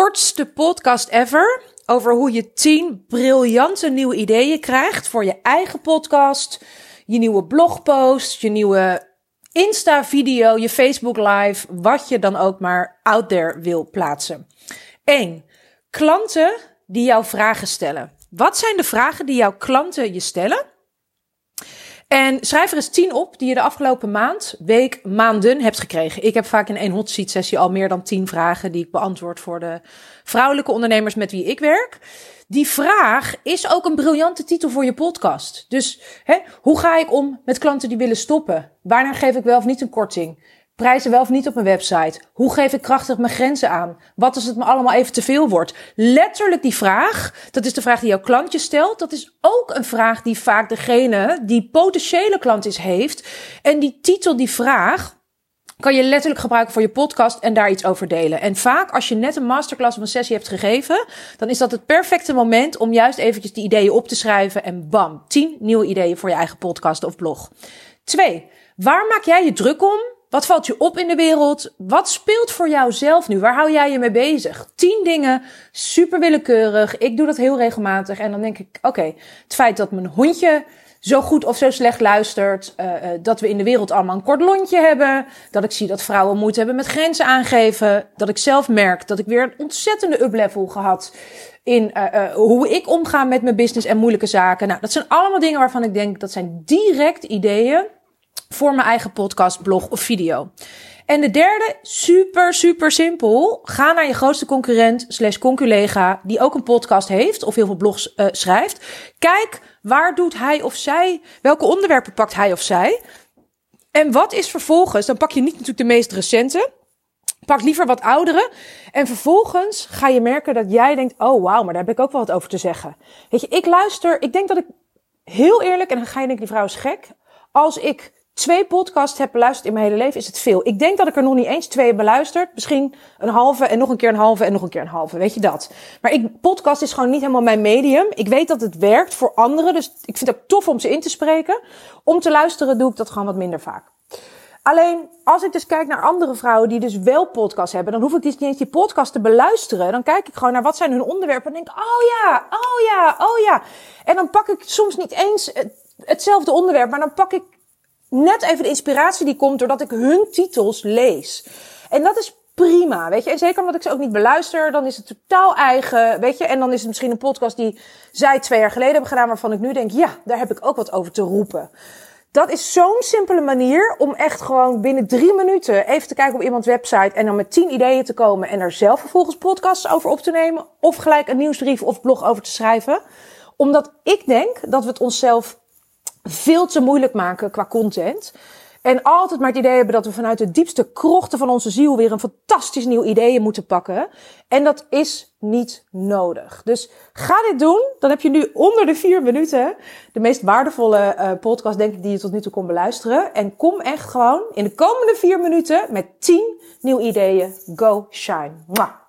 kortste podcast ever over hoe je 10 briljante nieuwe ideeën krijgt voor je eigen podcast, je nieuwe blogpost, je nieuwe Insta-video, je Facebook live, wat je dan ook maar out there wil plaatsen. 1. Klanten die jou vragen stellen. Wat zijn de vragen die jouw klanten je stellen? En schrijf er eens 10 op die je de afgelopen maanden hebt gekregen. Ik heb vaak in één hot seat sessie al meer dan 10 vragen die ik beantwoord voor de vrouwelijke ondernemers met wie ik werk. Die vraag is ook een briljante titel voor je podcast. Dus hoe ga ik om met klanten die willen stoppen? Wanneer geef ik wel of niet een korting? Prijzen wel of niet op mijn website? Hoe geef ik krachtig mijn grenzen aan? Wat als het me allemaal even te veel wordt? Letterlijk die vraag, dat is de vraag die jouw klantje stelt. Dat is ook een vraag die vaak degene die potentiële klant is heeft. En die titel, die vraag, kan je letterlijk gebruiken voor je podcast en daar iets over delen. En vaak als je net een masterclass of een sessie hebt gegeven, dan is dat het perfecte moment om juist eventjes die ideeën op te schrijven. En bam, 10 nieuwe ideeën voor je eigen podcast of blog. 2. Waar maak jij je druk om? Wat valt je op in de wereld? Wat speelt voor jou zelf nu? Waar hou jij je mee bezig? 10 dingen, super willekeurig. Ik doe dat heel regelmatig. En dan denk ik, oké, het feit dat mijn hondje zo goed of zo slecht luistert. Dat we in de wereld allemaal een kort lontje hebben. Dat ik zie dat vrouwen moeite hebben met grenzen aangeven. Dat ik zelf merk dat ik weer een ontzettende uplevel gehad in hoe ik omga met mijn business en moeilijke zaken. Nou, dat zijn allemaal dingen waarvan ik denk, dat zijn direct ideeën voor mijn eigen podcast, blog of video. En de derde, super simpel. Ga naar je grootste concurrent / conculega die ook een podcast heeft of heel veel blogs schrijft. Kijk, waar doet hij of zij? Welke onderwerpen pakt hij of zij? En wat is vervolgens? Dan pak je niet natuurlijk de meest recente. Pak liever wat oudere. En vervolgens ga je merken dat jij denkt, oh wauw, maar daar heb ik ook wel wat over te zeggen. Weet je, ik denk dat ik heel eerlijk, en dan ga je denken, die vrouw is gek. Als ik 2 podcasts heb beluisterd in mijn hele leven, is het veel. Ik denk dat ik er nog niet eens 2 heb beluisterd. Misschien een halve en nog een keer een halve en nog een keer een halve. Weet je dat? Maar podcast is gewoon niet helemaal mijn medium. Ik weet dat het werkt voor anderen. Dus ik vind het ook tof om ze in te spreken. Om te luisteren doe ik dat gewoon wat minder vaak. Alleen, als ik dus kijk naar andere vrouwen die dus wel podcasts hebben, dan hoef ik dus niet eens die podcast te beluisteren. Dan kijk ik gewoon naar wat zijn hun onderwerpen en denk, oh ja. En dan pak ik soms niet eens hetzelfde onderwerp, maar dan pak ik net even de inspiratie die komt doordat ik hun titels lees. En dat is prima, weet je. En zeker omdat ik ze ook niet beluister, dan is het totaal eigen, weet je. En dan is het misschien een podcast die zij 2 jaar geleden hebben gedaan, waarvan ik nu denk, ja, daar heb ik ook wat over te roepen. Dat is zo'n simpele manier om echt gewoon binnen 3 minuten even te kijken op iemands website en dan met 10 ideeën te komen en er zelf vervolgens podcasts over op te nemen of gelijk een nieuwsbrief of blog over te schrijven. Omdat ik denk dat we het onszelf veel te moeilijk maken qua content. En altijd maar het idee hebben dat we vanuit de diepste krochten van onze ziel weer een fantastisch nieuw idee moeten pakken. En dat is niet nodig. Dus ga dit doen. Dan heb je nu onder de 4 minuten de meest waardevolle podcast, denk ik, die je tot nu toe kon beluisteren. En kom echt gewoon in de komende 4 minuten met 10 nieuwe ideeën. Go shine. Mwah.